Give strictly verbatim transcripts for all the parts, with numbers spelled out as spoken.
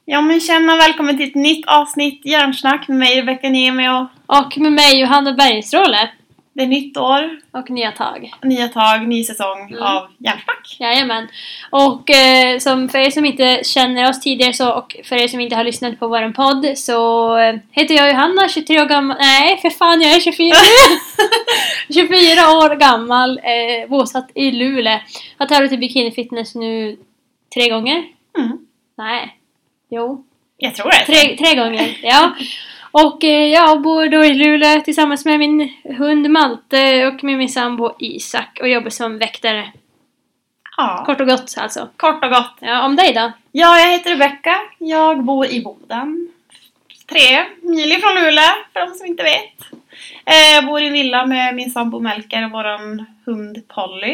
Ja men tjena, välkommen till ett nytt avsnitt Hjärnsnack med mig Rebecka Niemi och... Och med mig Johanna Bergstråle. Det är nytt år. Och nya tag. Nya tag, ny säsong mm. av Hjärnsnack. Jajamän. Och eh, som för er som inte känner oss tidigare så, och för er som inte har lyssnat på vår podd, så eh, heter jag Johanna, tjugotre år gammal. Nej, för fan, jag är tjugofyra. tjugofyra år gammal, eh, bosatt i Luleå. Har tävlat i bikini fitness nu tre gånger. Mm. Nej. Jo. Jag tror det. Tre, tre gånger, ja. Och eh, jag bor då i Luleå tillsammans med min hund Malte och med min sambo Isak och jobbar som väktare. Ja. Kort och gott alltså. Kort och gott. Ja, om dig då? Ja, jag heter Rebecka. Jag bor i Boden. Tre mil från Luleå, för de som inte vet. Eh, jag bor i villa med min sambo Melker och våran hund Polly.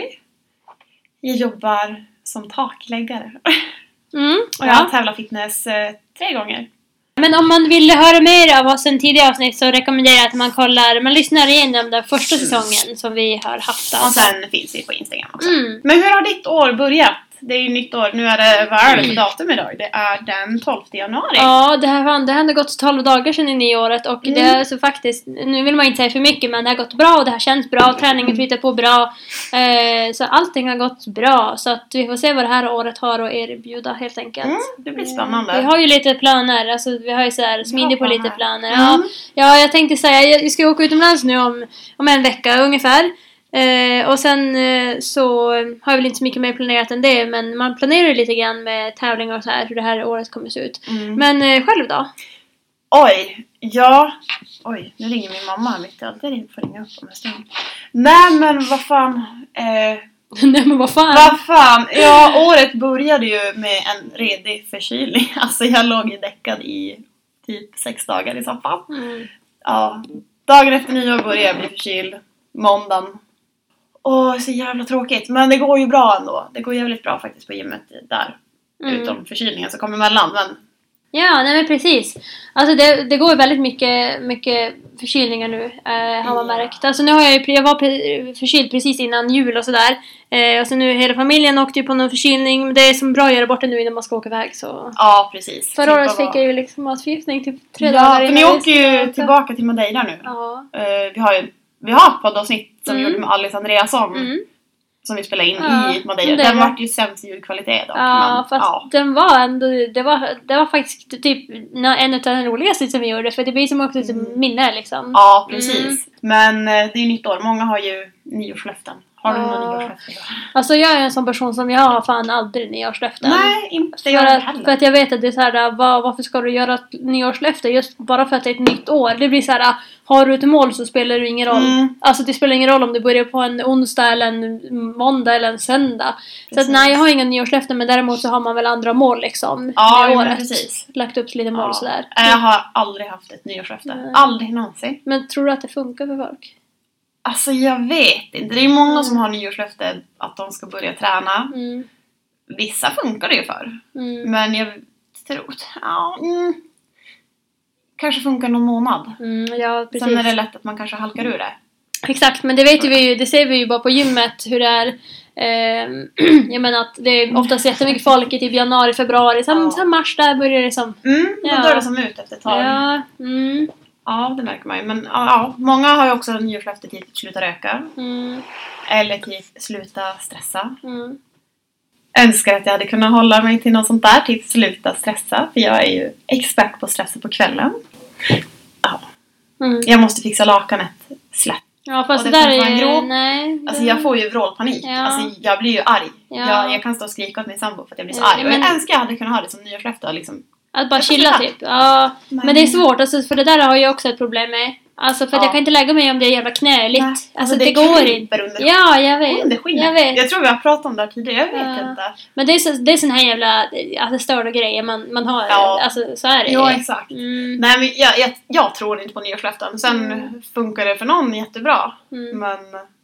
Jag jobbar som takläggare. Mm, och jag har tävlat fitness eh, tre gånger. Men om man vill höra mer av oss än tidigare avsnitt så rekommenderar jag att man kollar, man lyssnar igenom den första säsongen som vi har haft. Och sen finns vi på Instagram också. Mm. Men hur har ditt år börjat? Det är ju nytt år. Nu är det, vad är det för datum idag? Det är den tolfte januari. Ja, det här, det har gått tolv dagar sedan i nyåret. Och mm. det är så faktiskt, nu vill man inte säga för mycket, men det har gått bra och det har känts bra. Och träningen flyttar på bra. Eh, så allting har gått bra. Så att vi får se vad det här året har att erbjuda helt enkelt. Mm, det blir spännande. Eh, vi har ju lite planer. Alltså, vi har ju så här smidigt på lite planer. Mm. Ja, ja, jag tänkte säga, jag ska åka utomlands nu om, om en vecka ungefär. Eh, och sen eh, så har jag väl inte så mycket mer planerat än det. Men man planerar ju lite grann med tävlingar och så här, hur det här året kommer se ut. Mm. Men eh, själv då? Oj, ja. Oj, nu ringer min mamma mitt i allt. Jag får ringa upp om en stund. Nej men vad fan. Eh, Nej men vad fan. Vad fan. Ja, året började ju med en redig förkylning. Alltså jag låg ju däckad i typ sex dagar i soffan. Mm. Ja, dagen efter nyår började jag bli förkyld. Måndagen. Åh, så jävla tråkigt. Men det går ju bra ändå. Det går jävligt bra faktiskt på gymmet där. Mm. Utom förkylningen som kommer emellan. Men... Ja, nej men precis. Alltså det, det går ju väldigt mycket, mycket förkylningar nu. Eh, har man märkt. Alltså nu har jag ju, jag var förkyld precis innan jul och sådär. Eh, och så nu hela familjen åkte ju på någon förkylning. Men det är som bra att göra bort det nu innan man ska åka iväg. Så. Ja, precis. Förra året fick jag ju liksom matförgiftning typ tre ja, dagar för innan. ni åker ju tillbaka till Madeira nu. Ja. Eh, vi har ju Vi har ett poddavsnitt som mm. vi gjorde med Alice Andreasson. Mm. Som vi spelade in ja, i Madeira. Den var ju sämst ljudkvalitet dock. Ja, men, fast ja. den var ändå, det var, det var faktiskt typ en av de roligaste som vi gjorde. För det blir som också mm. ett minne liksom. Ja, precis. Mm. Men det är ju nytt år. Många har ju nyårslöften. Har du ja. några nyårslöften? Alltså jag är en sån person som jag har fan aldrig nyårslöften. Nej, inte för jag att, heller. För att jag vet att det är så här, var, varför ska du göra ett nyårslöfte just bara för att det är ett nytt år? Det blir så här, har du ett mål så spelar det ingen roll. Mm. Alltså det spelar ingen roll om du börjar på en onsdag eller en måndag eller en söndag. Precis. Så att nej, jag har inga nyårslöften, men däremot så har man väl andra mål liksom. Ja, med året. Precis. Lagt upp lite mål ja. sådär. Jag har aldrig haft ett nyårslöfte. Mm. Aldrig någonsin. Men tror du att det funkar för folk? Alltså jag vet inte. Det är många som har nyårslöfte att de ska börja träna. Mm. Vissa funkar det ju för. Mm. Men jag tror ja, mm, kanske funkar någon månad. Mm, ja, precis. Sen är det lätt att man kanske halkar ur det. Exakt, men det vet vi ju, det ser vi ju bara på gymmet hur det är. Eh, jag menar att det är oftast jättemycket folk i typ januari, februari. Sen, ja. sen mars där börjar det som... Mm, då ja. dör det som ut efter ett tag. Ja, mm. Ja, det märker man ju. Men ja, många har ju också nyårslöfte till att sluta röka. Mm. Eller till att sluta stressa. Mm. Önskar att jag hade kunnat hålla mig till något sånt där. Till att sluta stressa. För jag är ju expert på stressa på kvällen. Ja. Mm. Jag måste fixa lakanet slätt. Ja, fast det där är ju... grå. Nej. Alltså jag får ju vrålpanik. Ja. Alltså jag blir ju arg. Ja. Jag, jag kan stå och skrika åt min sambo för att jag blir så ja, arg. men... Och jag önskar jag hade kunnat ha det som nyårslöfte liksom. Att bara chilla typ. Ja, men... men det är svårt. Alltså, för det där har jag också ett problem med. Alltså för att ja. jag kan inte lägga mig om det är jävla knöligt. Nej, alltså, alltså det, det går inte. Under ja, jag vet. Under jag vet. Jag tror vi har pratat om det här tidigare. Jag vet ja. inte. Men det är, så, det är sån här jävla alltså, störda grejer man, man har. Ja. Alltså så är det. Ja, exakt. Mm. Nej, men jag, jag, jag tror inte på nyårslöften. Sen mm. funkar det för någon jättebra. Mm. Men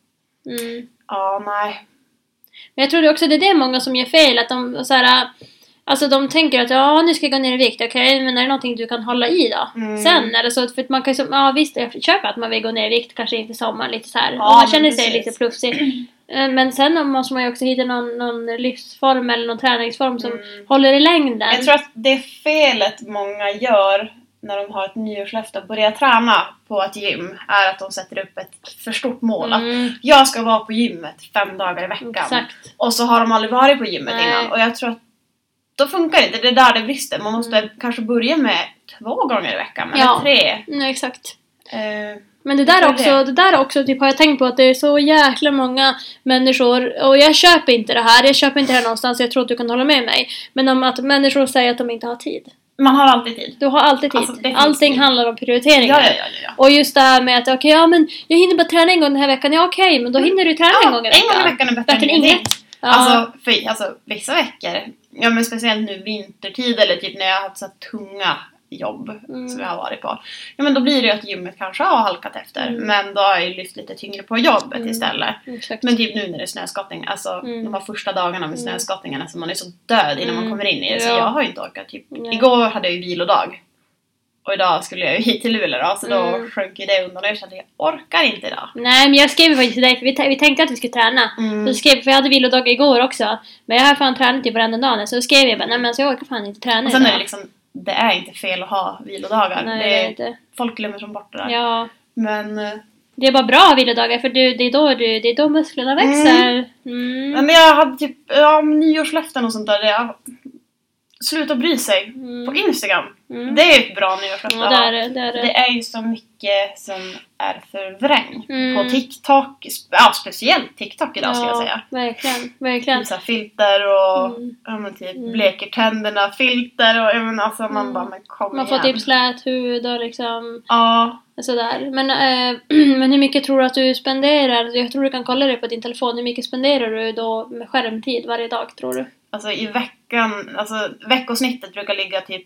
mm. ja, nej. Men jag tror också det är det många som gör fel. Att de så här... Alltså de tänker att ja, nu ska jag gå ner i vikt, okej, okay, men är det någonting du kan hålla i då? Mm. Sen, eller så, för att man kan ju, ja visst, jag köper att man vill gå ner i vikt, kanske inte sommar lite så här. Ja, och man känner sig lite plufsig. Men sen måste man ju också hitta någon, någon livsform eller någon träningsform som Mm. håller i längden. Jag tror att det felet många gör när de har ett nyårslöfte att börja träna på ett gym är att de sätter upp ett för stort mål. Mm. Att jag ska vara på gymmet fem dagar i veckan. Exakt. Och så har de aldrig varit på gymmet Nej. innan. Och jag tror att då funkar det inte. Det är där det brister. Man måste Mm. kanske börja med två gånger i veckan. Eller Ja. tre. Mm, exakt. Eh, Men det där det är också, det. det där också typ, har jag tänkt på att det är så jäkla många människor, och jag köper inte det här, jag köper inte det här någonstans, jag tror att du kan hålla med mig. Men om att människor säger att de inte har tid. man har alltid tid. Du har alltid tid. Alltså, det finns Allting tid. handlar om prioriteringar. Ja, ja, ja, ja. Och just det här med att okej, ja men jag hinner bara träna en gång den här veckan, ja okej, men då hinner du träna en gång i veckan. En gång i veckan är bättre, Bättre än än ingenting. inget. Ja. Alltså, för, alltså vissa veckor, ja men speciellt nu vintertid eller typ när jag har haft så här tunga jobb Mm. som jag har varit på. Ja men då blir det ju att gymmet kanske har halkat efter. Mm. Men då har jag ju lyft lite tyngre på jobbet Mm. istället. Exakt. Men typ nu när det är snöskottning, alltså Mm. de här första dagarna med Mm. snöskottningarna så man är så död innan Mm. man kommer in i det. Så Ja. jag har ju inte orkat. Typ. Nej. Igår hade jag ju vilodag. Och idag skulle jag ju hit till Luleå då, så då Mm. sjönk ju det undan och jag kände att jag orkar inte idag. Nej, men jag skrev faktiskt till dig, för vi, t- vi tänkte att vi skulle träna. Mm. Så skrev, för jag hade vilodag igår också. Men jag har fan tränat i varenda dag. Så skrev jag bara, nej men så jag orkar fan inte träna Och sen är idag. det liksom, det är inte fel att ha vilodagar. Nej, det det är är, inte. folk glömmer som bort det där. Ja, Men, eh, det är bara bra att ha vilodagar, för du, det, är då du, det är då musklerna växer. Mm. men jag hade typ ja, nyårslöften och sånt där. Jag, sluta bry sig Mm. på Instagram. Mm. Det är ett bra nyårslöfte Ja, att det ha. är det. det, är det. Det är ju så mycket som är förvrängt. Mm. På TikTok, sp- ja speciellt TikTok idag ska jag säga. Verkligen, verkligen. Typ så här filter och Mm. ja, men typ Mm. bleker tänderna, filter och ja, men alltså man Mm. bara, men kom Man får igen. typ slät hud och liksom Ja, sådär. Men, äh, men hur mycket tror du att du spenderar? Jag tror du kan kolla det på din telefon. Hur mycket spenderar du då med skärmtid varje dag, tror du? alltså i veckan, alltså veckosnittet brukar ligga typ,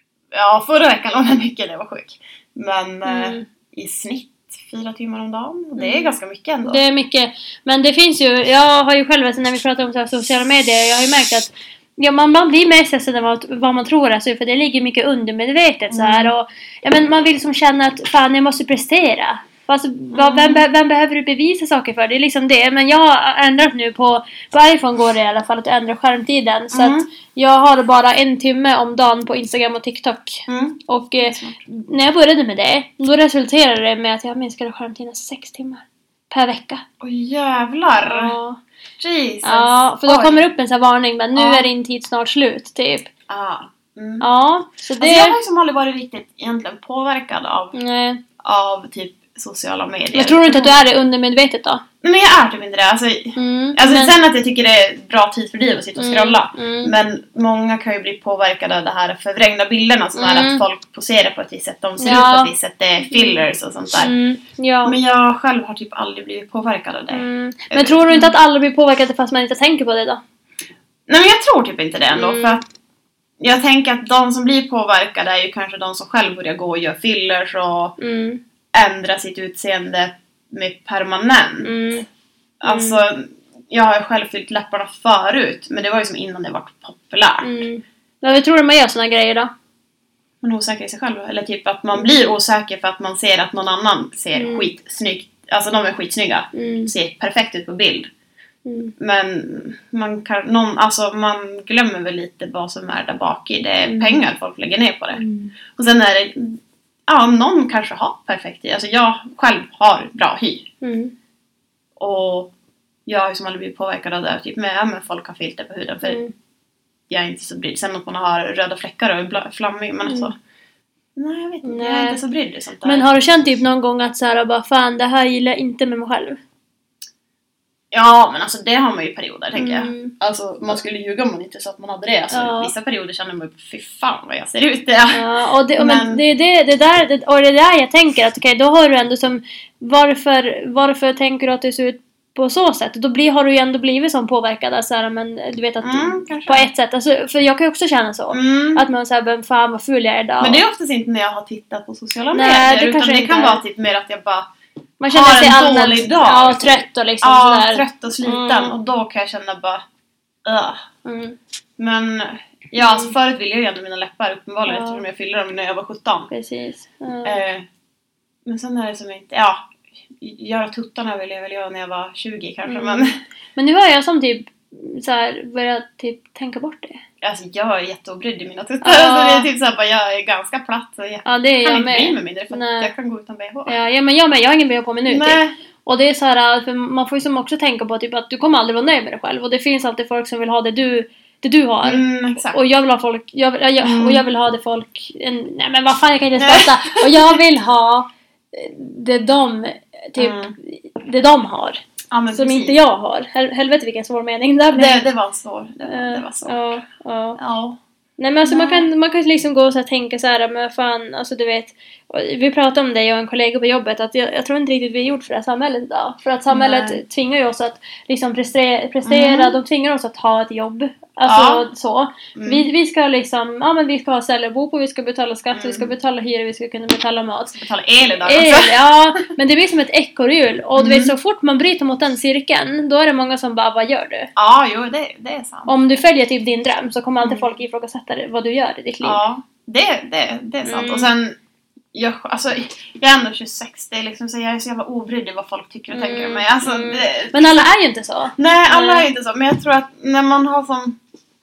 ja förra veckan låg det mycket när jag var sjuk. Men eh, Mm. i snitt fyra timmar om dagen, det är Mm. ganska mycket ändå. Det är mycket. Men det finns ju, jag har ju själv, alltså, när vi pratar om så här, sociala medier, jag har ju märkt att ja, man, man blir mer stressad än vad, vad man tror, alltså, för det ligger mycket undermedvetet så här, Mm. och ja, men man vill som känna att fan, jag måste prestera. Alltså, vad, vem, be- vem behöver du bevisa saker för? Det är liksom det. Men jag har ändrat nu på, på iPhone går det i alla fall att ändra skärmtiden. Så Mm. att jag har bara en timme om dagen på Instagram och TikTok. Mm. Och eh, Smart. när jag började med det, då resulterade det med att jag minskade skärmtiden sex timmar per vecka. Åh jävlar! Ja. Jesus! Ja, för då Oj. kommer upp en sån här varning, men nu Ja. är din tid snart slut, typ. Ja. Mm. Ja, så det... Alltså jag har liksom aldrig varit riktigt egentligen påverkad av, Nej. av typ sociala medier. Jag tror inte att du är det undermedvetet då. Nej men jag är typ inte det. Alltså, Mm, alltså men- sen att jag tycker det är bra tid för dig att sitta och Mm, scrolla. mm. Men många kan ju bli påverkade av det här förvrängda bilderna som är Mm. att folk poserar på ett visst sätt. De ser Ja. ut på ett visst sätt. Det är fillers och sånt där. Mm, ja. Men jag själv har typ aldrig blivit påverkad av det. Mm. Men tror du inte att alla blir påverkade fast man inte tänker på det då? Nej men jag tror typ inte det ändå. Mm. För att jag tänker att de som blir påverkade är ju kanske de som själv börjar gå och göra fillers och Mm. ändra sitt utseende med permanent. Mm. Alltså, jag har ju själv fyllt läpparna förut. Men det var ju som innan det var populärt. Mm. Men hur tror du man gör såna grejer då? Man är osäker i sig själv. Eller typ att man blir osäker för att man ser att någon annan ser Mm. skitsnyggt. Alltså de är skitsnygga. Mm. Ser perfekt ut på bild. Mm. Men man kan, någon, alltså man glömmer väl lite vad som är där bak i. Det är Mm. pengar folk lägger ner på det. Mm. Och sen är det, ja någon kanske har perfekt hy. Alltså jag själv har bra hy. Mm. Och jag har ju som aldrig blivit påverkad av det. Typ med, ja, men folk har filter på huden. För Mm. jag är inte så brydd. Sen att man har röda fläckar och är bla- flammig. Men alltså, nej jag vet inte. Jag är Nej. inte så brydd i sånt där. Men har du känt typ någon gång att så här, bara fan, det här gillar jag inte med mig själv? Ja men alltså det har man ju i perioder tänker Mm. jag. Alltså man skulle ljuga om man inte sa att man hade det. Alltså Ja. vissa perioder känner man ju, fy fan vad jag ser ut. Ja. Ja, och det, och men Men- det, det, det där, det, och det är där jag tänker att okej, då har du ändå som, varför, varför tänker du att det ser ut på så sätt? Då blir, har du ju ändå blivit som påverkad, alltså, här, men du vet att Mm, kanske. på ett sätt, alltså, för jag kan ju också känna så. Mm. Att man säger, men fan vad ful jag är idag. Men det är oftast inte när jag har tittat på sociala Nej, medier. det utan kanske det inte kan är. vara typ mer att jag bara man känner har sig en allmänt dålig dag. ja, trött och liksom ja, sådär. trött och sliten. Mm. Och då kan jag känna bara Ugh. Mm, Men ja, alltså förut ville jag ju ändå mina läppar uppenbarligen Ja. eftersom jag fyllde dem när jag var sjutton. precis. Ja. Eh, men sen är det som inte, ja, göra tuttarna ville jag väl göra när jag var tjugo kanske. Mm. Men, Men nu har jag som typ så här börjat typ tänka bort det. alltså jag är jätteobrydd i mina tuttar. Ja. Alltså, det är typ så här, bara, jag är ganska platt. Och jag Ja, det är kan jag inte bry med. mig mindre för Nej. att jag kan gå utan B H. Ja, ja men jag med. Jag har ingen B H på mig nu. Nej. Typ. Och det är så här, för man får ju som också tänka på typ att du kommer aldrig vara nöjd med dig själv. Och det finns alltid folk som vill ha det du, det du har. Mm, exakt. Och jag vill ha folk, jag, jag, Mm. och jag vill ha det folk, en, nej men vad fan, jag kan inte ens prata. Och jag vill ha det de, typ, Mm. det de har. Ja, men Som precis. inte jag har. Hel- helvete vilken svår mening där blev. Det, det var svår. Det, var- det var svårt. Ja, ja. Ja. Nej men alltså Nej. man kan, man kan liksom gå och så här tänka så här, men fan, alltså du vet, vi pratade om det, jag och en kollega på jobbet, att jag, jag tror inte riktigt vi är gjort för det här samhället idag. För att samhället Nej. tvingar ju oss att liksom prestera, prestera Mm. de tvingar oss att ha ett jobb. Alltså Ja. så. Mm. Vi, vi ska liksom, ja men vi ska ha ställe att bo på, vi ska betala skatt, Mm. vi ska betala hyra, vi ska kunna betala mat. Betala el idag El, också. ja, men det blir som ett ekorrhjul. Och du Mm. vet, så fort man bryter mot den cirkeln, då är det många som bara, vad gör du? Ja, jo, det, det är sant. Om du följer typ din dröm så kommer alltid Mm. folk ifrågasätta det, vad du gör i ditt liv. Ja, det, det, det är sant. Mm. Och sen, jag, alltså, jag är ändå tjugosex, det är liksom, så jag är så jävla obrydd i vad folk tycker och tänker om mig. Alltså, Mm. det, Men alla är ju inte så. nej, alla Nej. är inte så. Men jag tror att när man har som...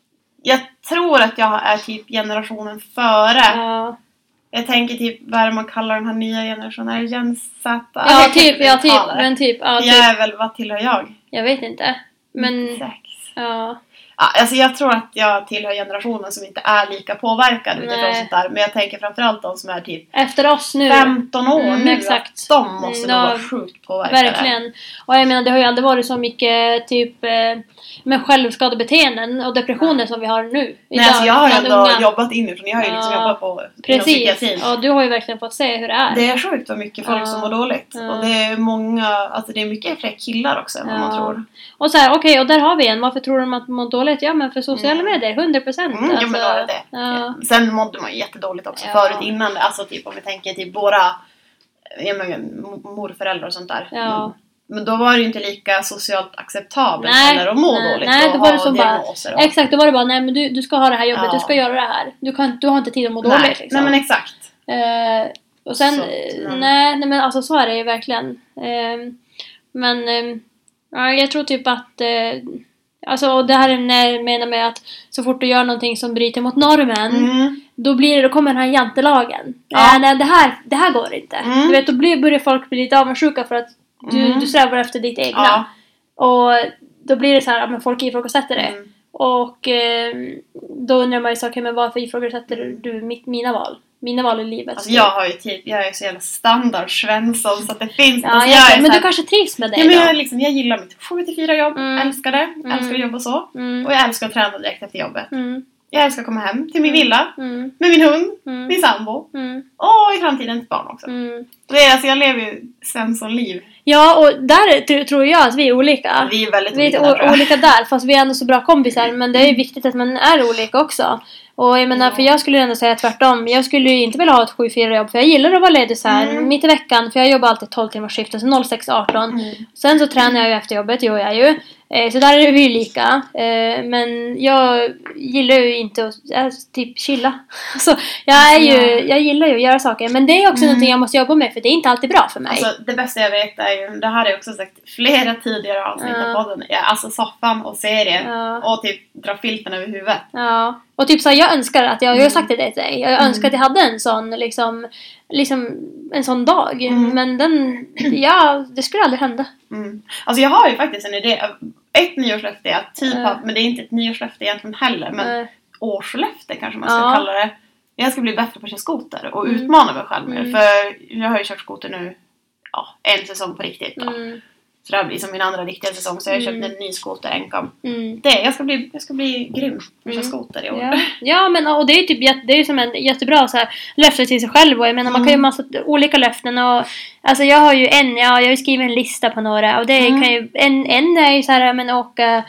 Jag tror att jag är typ generationen före. Ja, Jag tänker typ, vad är det man kallar den här nya generationen? Är det Gen Z? ja Jag kan typ, inte ja typ, uttala det. men typ, ja Jag är typ. väl, vad tillhör jag? Jag vet inte. Men, nittiosex. ja. Ja, alltså jag tror att jag tillhör generationen som inte är lika påverkad utifrån Nej. sånt där. Men jag tänker framförallt de som är typ Efter oss nu. femton år Mm, nu. exakt. Att de måste Mm, nog ja, vara sjukt påverkade. Verkligen. Och jag menar, det har ju aldrig varit så mycket typ eh, med självskadebeteenden och depressioner Nej. som vi har nu. Nej, alltså jag har ju bland ändå unga. jobbat inifrån. Jag har ju liksom Ja, jobbat på inom Precis. psykiatrin. Och du har ju verkligen fått se hur det är. Det är sjukt vad mycket folk Ja. som mår dåligt. Ja. Och det är många, alltså det är mycket fler killar också än vad man Ja. tror. Och så här, okej, och där har vi en. Varför tror de att man mår dåligt? Ja, men för sociala Mm. medier, hundra procent. Mm, ja, men då är det det. Ja. Sen mådde man ju jättedåligt också Ja. förut innan det. Alltså typ om vi tänker typ våra jag menar, morföräldrar och sånt där. Ja. Men då var det ju inte lika socialt acceptabelt Nej, heller att må nej, dåligt nej, och då var det ha som bara- diagnoser. Och... Exakt, då var det bara, nej men du, du ska ha det här jobbet, Ja. du ska göra det här. Du, kan, du har inte tid att må nej, dåligt liksom. nej men exakt. Eh, och sen, Så, eh, men- nej, nej men alltså så är det ju verkligen. Eh, men eh, ja, jag tror typ att, eh, alltså och det här är när jag menar med att så fort du gör någonting som bryter mot normen, Mm. då blir det, då kommer den här jantelagen. Ja. Nej, nej, det här, det här går inte. Mm. Du vet, då blir, börjar folk bli lite avundsjuka för att du, Mm. du strävar efter ditt egna. Ja. Och då blir det så här, men folk ifrågasätter det. Mm. Och eh, då undrar man ju så, okay, men varför ifrågasätter du mitt, mina val? Mina val i livet. Alltså jag har ju typ, jag är så jävla standard Svensson så att det finns. ja, alltså, jag, jag är men så du här, kanske trivs med det ja, men då? jag, liksom, jag gillar mitt sju till fyra jobb, Mm. älskar det, Mm. älskar att jobba så. Mm. Och jag älskar att träna direkt efter jobbet. Mm. Jag älskar att komma hem till min villa, Mm. med min hund, Mm. min sambo Mm. och i framtiden ett barn också. Mm. Det är, alltså, jag lever ju Svensson-liv. Ja, och där tr- tror jag att vi är olika. Vi är väldigt Vi är olika o- där, tror jag. olika där, fast vi är ändå så bra kompisar. Men det är ju viktigt att man är olika också. Och jag menar, Ja. för jag skulle ändå säga tvärtom. Jag skulle ju inte vilja ha ett sju fyra jobb. För jag gillar att vara ledig så här Mm. mitt i veckan. För jag jobbar alltid tolv timmars skift. Och så noll sex arton. Mm. Sen så tränar jag ju efter jobbet, gör jag ju. Eh, så där är vi ju lika. Eh, men jag gillar ju inte att äh, typ chilla. Alltså, jag, är ju, jag gillar ju att göra saker. Men det är också Mm. någonting jag måste jobba med. För det är inte alltid bra för mig. Alltså, det bästa jag vet är ju, det här har jag också sagt i flera tidigare avsnitt Ja. av podden. Ja, alltså soffan och serien. Ja. Och typ dra filten över huvudet. Ja, och typ så här, jag önskar att jag, jag har sagt det till dig. Jag Mm. önskar att jag hade en sån liksom, liksom en sån dag. Mm. Men den, ja, det skulle aldrig hända. Mm. Alltså jag har ju faktiskt en idé. Ett nyårslöfte är att typ Ja. ha, men det är inte ett nyårslöfte egentligen heller. Men Eh, årslöfte kanske man ska Ja. kalla det. Jag ska bli bättre på att köra skoter och Mm. utmana mig själv mer. Mm. För jag har ju kört skoter nu ja, en säsong på riktigt. Då. mm, Så det här blir som min andra riktiga säsong. Så jag har Mm. köpt en ny skoter enkom. mm. Det, jag ska bli, jag ska bli grym på att köra Mm. skoter i år. Ja. ja, men och det är ju typ jätte, det är ju som en jättebra så här, löfte till sig själv. Och jag menar, man kan ju Mm. massa olika löften. Och, alltså jag har ju en, ja, jag har ju skrivit en lista på några. Och det Mm. kan ju, en, en är ju så här, men åka...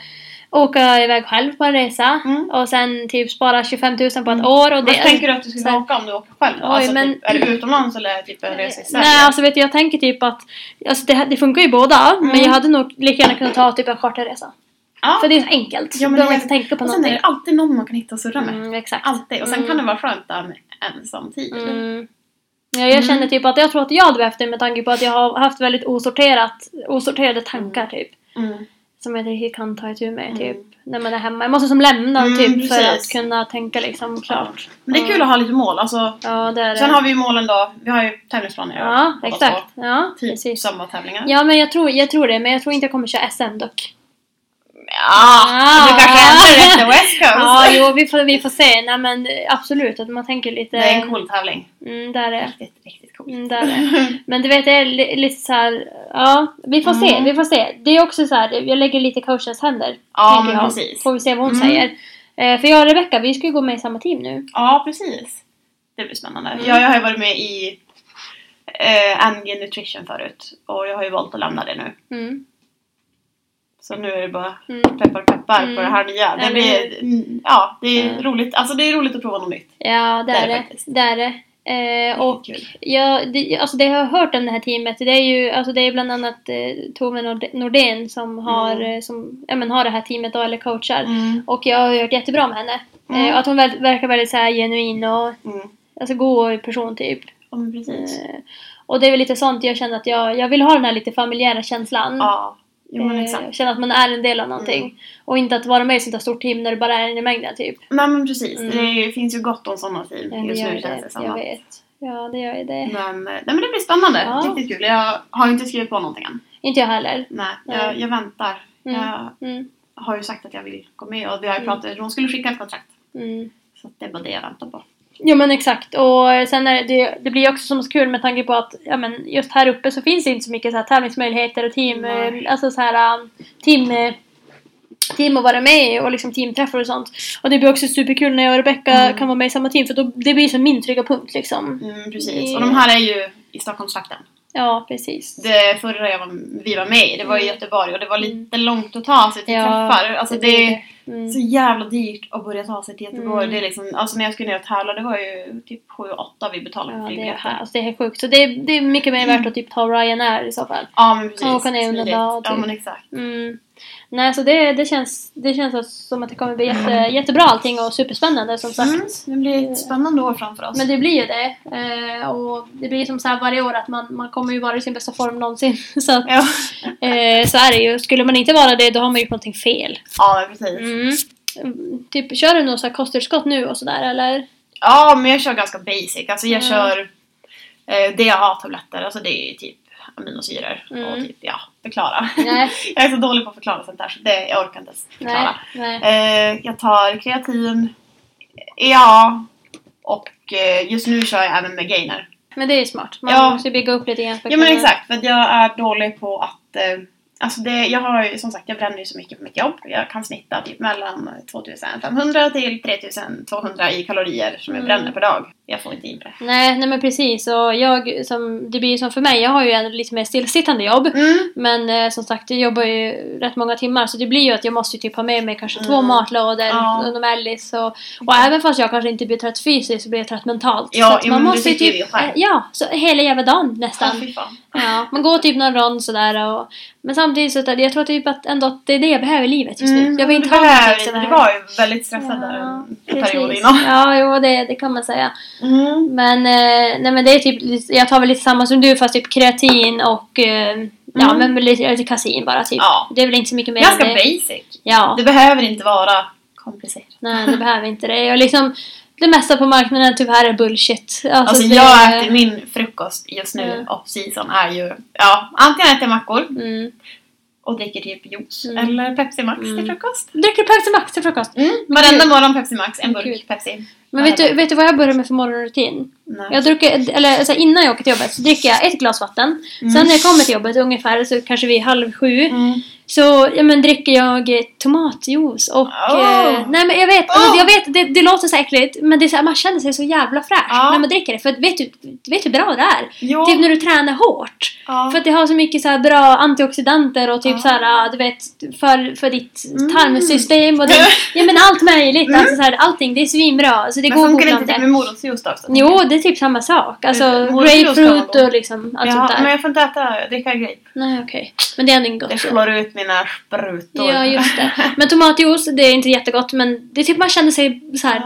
Åka iväg själv på en resa. Mm. Och sen typ spara tjugofem tusen på ett Mm. år. Och det, Vad tänker du att du skulle så här- åka om du åker själv? Oj, alltså, men- typ, är det utomlands eller typ en resa i Sverige? Nej, alltså vet du, jag tänker typ att alltså det, det funkar ju båda, Mm. men jag hade nog lika gärna kunnat ta typ en charterresa. ja. För det är så enkelt. Ja, Du men behöver det- inte tänka på Och sen är någonting. det alltid någon man kan hitta och surra med. Mm, exakt. Alltid. Och sen Mm. kan det vara skönt att ha en ensam tid. Mm. Ja, jag mm. känner typ att jag tror att jag hade behövt det med tanke på att jag har haft väldigt osorterat, osorterade tankar typ. Mm. Som jag inte riktigt kan ta itu med typ mm. när man är hemma. Jag måste som lämna mm, typ precis. För att kunna tänka liksom klart. Men det är kul att ha lite mål. Alltså, ja, det är det. Sen har vi ju målen då. Vi har ju tävlingsplaner. Ja, exakt. Ja, typ precis. Samma tävlingar. Ja, men jag tror, jag tror det. Men jag tror inte jag kommer köra S M dock. Ja, ah, du kanske ändrar efter West Coast. Ja, jo, vi får, vi får se. Nej, men absolut, att man tänker lite... Det är en cool tävling. Mm, där är riktigt, riktigt coolt. Mm, där är. Men du vet, det är lite så här... Ja, vi får mm. se, vi får se. Det är också så här, jag lägger lite coachens händer. Ja, men jag. precis. Får vi se vad hon mm. säger. Eh, för jag och Rebecca, vi ska ju gå med i samma team nu. Ja, precis. Det blir spännande. Mm. Jag, jag har ju varit med i eh, N G Nutrition förut. Och jag har ju valt att lämna det nu. Mm. Så nu är det bara mm. peppar peppar mm. på det här nya. Det blir, ja, det är mm. roligt. Alltså det är roligt att prova något nytt. Ja, det, det är det. Det är det. Eh, och ja, det, alltså det jag har hört om det här teamet, det är ju alltså det är bland annat eh, Tove Nordén som har mm. som ja, men har det här teamet då, eller coachar. Mm. Och jag har hört jättebra om henne. Mm. Eh, att hon ver- verkar väldigt så här genuin och mm. alltså god person typ. Ja, men precis. Eh, och det är väl lite sånt jag känner att jag jag vill ha den här lite familjära känslan. Ja. Jo, men exakt. Eh, känna att man är en del av någonting. Mm. Och inte att vara med i ett sånt här stort team när det bara är en i mängden typ. Nej, men precis. Mm. Det finns ju gott om sådana team. Ja, just nu det, känns det som jag att... vet. Ja, det gör ju det. Men, nej, men det blir spännande. Ja. Riktigt kul. Jag har ju inte skrivit på någonting än. Inte jag heller. Nej, jag, jag väntar. Mm. Jag Mm. har ju sagt att jag vill gå med. Och vi har ju Mm. pratat, hon skulle skicka ett kontrakt. Mm. Så det är bara det jag väntar på. Jo, men exakt. Och sen är det, det blir också så kul med tanke på att ja, men just här uppe så finns det inte så mycket så här tävlingsmöjligheter och team, Nej. alltså så här team, team att vara med och liksom teamträffar och sånt. Och det blir också superkul när jag och Rebecca mm. kan vara med i samma team, för då, det blir som min trygga punkt liksom. Mm, precis. Och de här är ju i Stockholmstrakten. Ja, precis. Det förra jag var, vi var med i, det var i Göteborg och det var lite mm. långt att ta sig till ja, träffar. Alltså det, det är mm. så jävla dyrt att börja ta sig till Göteborg. Mm. Det är liksom, alltså när jag skulle ner och tävla, det var ju typ sju åtta vi betalade för ja, flygbiljetter. det, är, alltså det är helt sjukt. Så det är, det är mycket mer värt att typ ta Ryanair i så fall. Ja, men precis. Och åka ner under dag. Ja, men exakt. Mm. Nej, så det, det känns det känns som att det kommer bli jätte, jättebra allting och superspännande som sagt. Mm, det blir ett spännande år framför oss. Men det blir ju det. Eh, och det blir som så här varje år att man, man kommer ju vara i sin bästa form någonsin. Så, att, ja. eh, så är det ju. Skulle man inte vara det, då har man gjort någonting fel. Ja, precis. Mm. Typ, kör du något så här kosttillskott nu och sådär, eller? Ja, men jag kör ganska basic. Alltså jag mm. kör eh, D A A-tabletter. Alltså det är ju typ aminosyror mm. och typ, ja, förklara. Nej. Jag är så dålig på att förklara sånt där så det, jag orkar inte ens förklara. Nej. Nej. Eh, jag tar kreatin, E A och eh, just nu kör jag även med gainer. Men det är smart. Man ja. måste bygga upp lite grann. Ja, men exakt. För att jag är dålig på att... Eh, alltså det, jag har ju, som sagt, jag bränner ju så mycket på mitt jobb. Jag kan snitta typ mellan tvåtusen-femhundra till tretusen-tvåhundra i kalorier som jag mm. bränner per dag. Jag får inte in det. Nej, nej men precis. Och jag, som, det blir ju som för mig, jag har ju en lite mer stillsittande jobb. Mm. Men eh, som sagt, jag jobbar ju rätt många timmar. Så det blir ju att jag måste typ ha med mig kanske mm. två matlådor ja. och Mellis. Och, och även fast jag kanske inte blir trött fysiskt så blir jag trött mentalt. Ja, så att man måste ju typ, eh, ja, så hela jävla dagen nästan. Ja, fy fan. Ja, man går typ någon rond sådär och, men samtidigt så att jag tror typ att ändå att det är det jag behöver i livet just nu. Mm, jag vill inte ha någonting det. Det var ju väldigt stressad ja, där en precis. period innan. Ja, jo, det, det kan man säga. Mm. Men, eh, nej, men det är typ, jag tar väl lite samma som du fast typ kreatin och eh, mm. ja, men lite, lite kasin bara typ. Ja. Det är väl inte så mycket mer. Ganska det. basic. Ja. Det behöver inte vara komplicerat. Nej, det behöver inte det. Och liksom det mesta på marknaden tyvärr är bullshit. Alltså, alltså det, jag äter min frukost just nu mm. off season är ju, ja, antingen äter jag mackor mm. och dricker typ juice mm. eller Pepsi Max mm. till frukost. Dricker Pepsi Max till frukost? Mm. Varenda morgon Pepsi Max, en burk Gud. Pepsi. Men vet du, vet du vad jag börjar med för morgonrutin? Nej. Jag dricker, eller alltså innan jag åker till jobbet så dricker jag ett glas vatten. Mm. Sen när jag kommer till jobbet ungefär så kanske vid halv sju. Mm. Så ja, men dricker jag eh, tomatjuice och oh. eh, nej men jag vet, oh. alltså, jag vet det, det låter så äckligt men det är så här, man känner sig så jävla fräsch oh. när man dricker det, för vet du vet hur bra det är. Jo. Typ när du tränar hårt. Oh. För att det har så mycket så här bra antioxidanter och typ oh. så här, du vet för för ditt mm. tarmsystem och det, ja men allt möjligt mm. alltså så här, allting det är svinbra. Alltså det men går funkar det inte typ med morotsjuice också? Jo, det är typ samma sak. Alltså grapefruit och liksom allt ja, sånt där. men jag får inte äta dricka grape. Nej, okej. Okay. Men det är ändå inte gott. Det slår ut mina sprutor. Ja, just det. Men tomatjuice, det är inte jättegott, men det är typ man känner sig så här ja.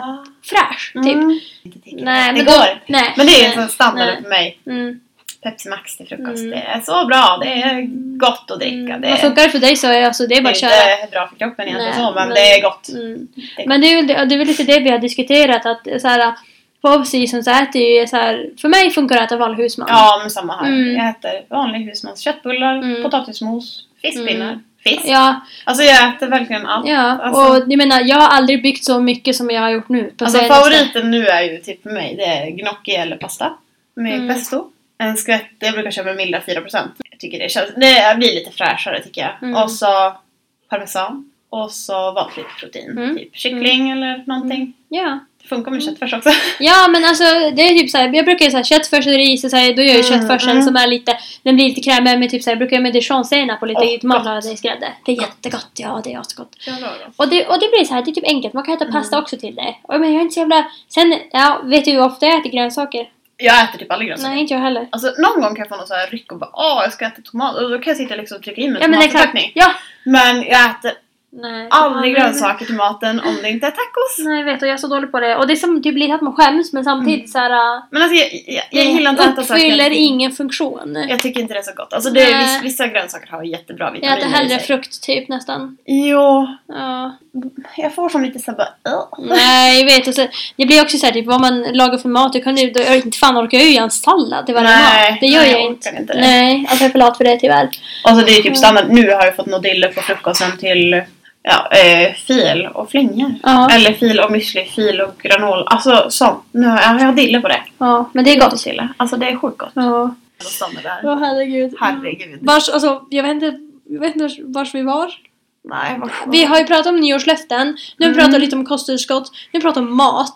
fräsch, typ. Mm. Nej, det men går då, inte. nej, Men det är en nej, sån standard nej. för mig. Mm. Pepsi Max till frukost. Mm. Det är så bra. Det är gott att dricka. Mm. Det Vad är, funkar det för dig så är alltså, det är det bara är att köra. inte bra för kroppen egentligen Nej, så, men men- det är gott. Mm. Det är Men det är, väl, det det är väl lite det vi har diskuterat, att så här, på off-season så äter ju så här, för mig funkar det att äta vanlig husman. Ja, men samma här. Mm. Jag äter vanlig husmans köttbullar, Mm. potatismos, fiskpinnar, Mm. fisk. Ja, Alltså jag äter verkligen allt. ja. Alltså, och jag menar, jag har aldrig byggt så mycket som jag har gjort nu. På alltså senaste. favoriten nu är ju typ för mig, det är gnocchi eller pasta med Mm. pesto. En skvätt, jag brukar köpa med milda fyra procent. Jag tycker det känns, det blir lite fräschare tycker jag. Mm. Och så parmesan. Och så valfritt protein. Mm. Typ kyckling eller någonting. Ja. Det funkar med köttfärs också. Ja, men alltså det är typ såhär, jag brukar säga köttfärs och ris och så här, då gör jag Mm, köttfärsen mm. som är lite, den blir lite krämig med typ såhär, jag brukar göra med dijonsenap och lite Åh, tomatgrädde. Det är jättegott, ja det är jättegott. Ja, Och det, och det blir så här, det är typ enkelt, man kan äta pasta Mm. också till det. Och men jag är inte så jävla, sen, ja, vet du hur ofta jag äter grönsaker? Jag äter typ aldrig grönsaker. Nej, inte jag heller. Alltså någon gång kan jag få någon så här ryck och bara åh jag ska äta tomat. Och då kan jag sitta liksom och trycka in en Ja men exakt, tomatförpackning. ja. Men jag äter Nej, aldrig ja, grönsaker till maten om det inte är tacos. Nej, jag vet, och jag är så dålig på det. Och det är som typ lite att man skäms, men samtidigt Mm. så här. Men alltså jag, jag, jag gillar inte att äta saker. uppfyller ingen funktion. Jag tycker inte det är så gott. Alltså det är, Nej. vissa, vissa grönsaker har jättebra Jag vitaminer äter i hellre sig. frukt typ nästan. Jo, Ja. jag får som lite så här bara "Ugh." Nej, jag vet. Och så, det blir också så här, typ vad man lagar för mat. Jag kan ju, då, jag, inte fan orkar jag ju göra en sallad till varje Nej, mat. Det gör nej, jag jag inte. orkar inte det. Nej, alltså jag är för lat för det tyvärr. Och så det är typ standard. Nu har jag fått nudiller på frukosten till ja, eh, fil och flingor. Ja. Eller fil och müsli, fil och granola. Alltså sånt. Nu har jag, jag har diller på det. Ja, men det är gott. Till. Alltså det är sjukt gott. Ja. Standard där. Åh herregud. Herregud. Vars, alltså, jag vet inte, jag vet inte vars vi var. Nej, vad Vi har ju pratat om nyårslöften. Nu har vi Mm. pratat lite om kosttillskott. Nu pratar vi om mat.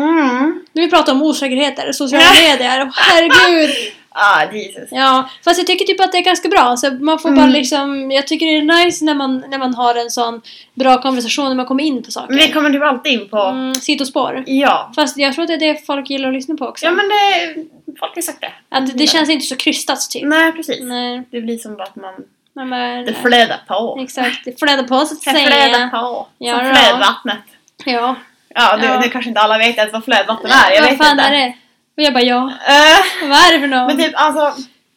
Mm. Nu har vi pratat om osäkerheter, sociala Ja. medier. Åh, herregud. Ah, Jesus. Ja, fast jag tycker typ att det är ganska bra. Så man får Mm. bara liksom, jag tycker det är nice när man, när man har en sån bra konversation när man kommer in på saker. Men vi kommer typ alltid in på... Mm, sidospår. Ja. Fast jag tror att det är det folk gillar att lyssna på också. Ja, men det... Folk har sagt det. Att det känns inte så krystat typ. Nej, precis. Nej, Det blir som bara att man... nej, men, Det flödar på. exakt, det flödar på så att Det flödar säga. på. Ja, Som då. flödvattnet. Ja. Ja, det, Ja. det kanske inte alla vet ens vad flödvatten är. Jag Vad vet fan inte. är det? Och jag bara ja. Eh, Vad är det för något? men typ alltså...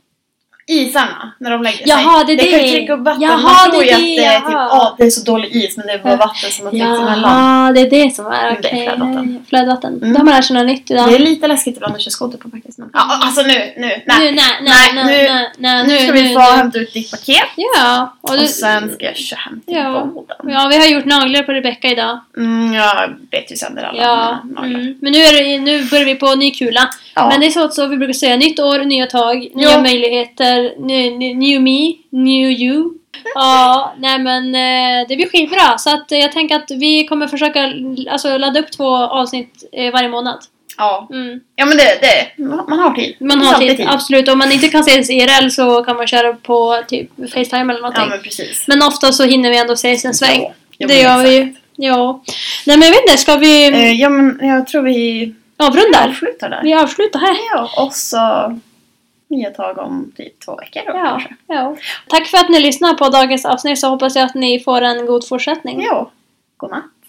Isarna, när de lägger sig. Jaha, det är det. kan ju det. trycka upp vatten. Jaha, Man tror det ju är att det, det är typ, jaha. åh, det är så dålig is, men det är bara vatten som har tryckts emellan. Ja, det är det som är Mm, det är okej. flödvatten. Flödvatten. Mm. Då har man lärt sig något nytt idag. Det är lite läskigt ibland att köra skoter på faktiskt. Men, ja, alltså nu, nu, nej. Nu, nej, nej, Nej, nej, nu- nej, nej, Nu ska vi få hämta ut ditt paket. Ja, och, du, Och sen ska jag köra hem till Ja. båden. ja, vi har gjort naglar på Rebecca idag. Mm, jag bet ju sönder alla Ja, mina naglar. mm. Men nu, är det, nu börjar vi på ny kula. Ja. Men det är så att så vi brukar säga nytt år, nya tag, nya Ja. möjligheter, ny, ny, new me, new you. Ja, nej men eh, det blir skitbra. Så att eh, jag tänker att vi kommer försöka alltså, ladda upp två avsnitt eh, varje månad. Ja. Mm. ja, men det, det, man har tid. Man Det har finns alltid tid, absolut. Om man inte kan ses I R L så kan man köra på typ FaceTime eller någonting. Ja, men precis. Men ofta så hinner vi ändå ses en sväng. Ja, ja, det men gör vi ju. Ja. Nej men jag vet inte, ska vi Eh, ja, men jag tror vi avrunda? avslutar där. Vi avslutar här. Ja, och så nya tag om typ två veckor då Ja, kanske. ja. Tack för att ni lyssnar på dagens avsnitt, så hoppas jag att ni får en god fortsättning. Ja, godnatt.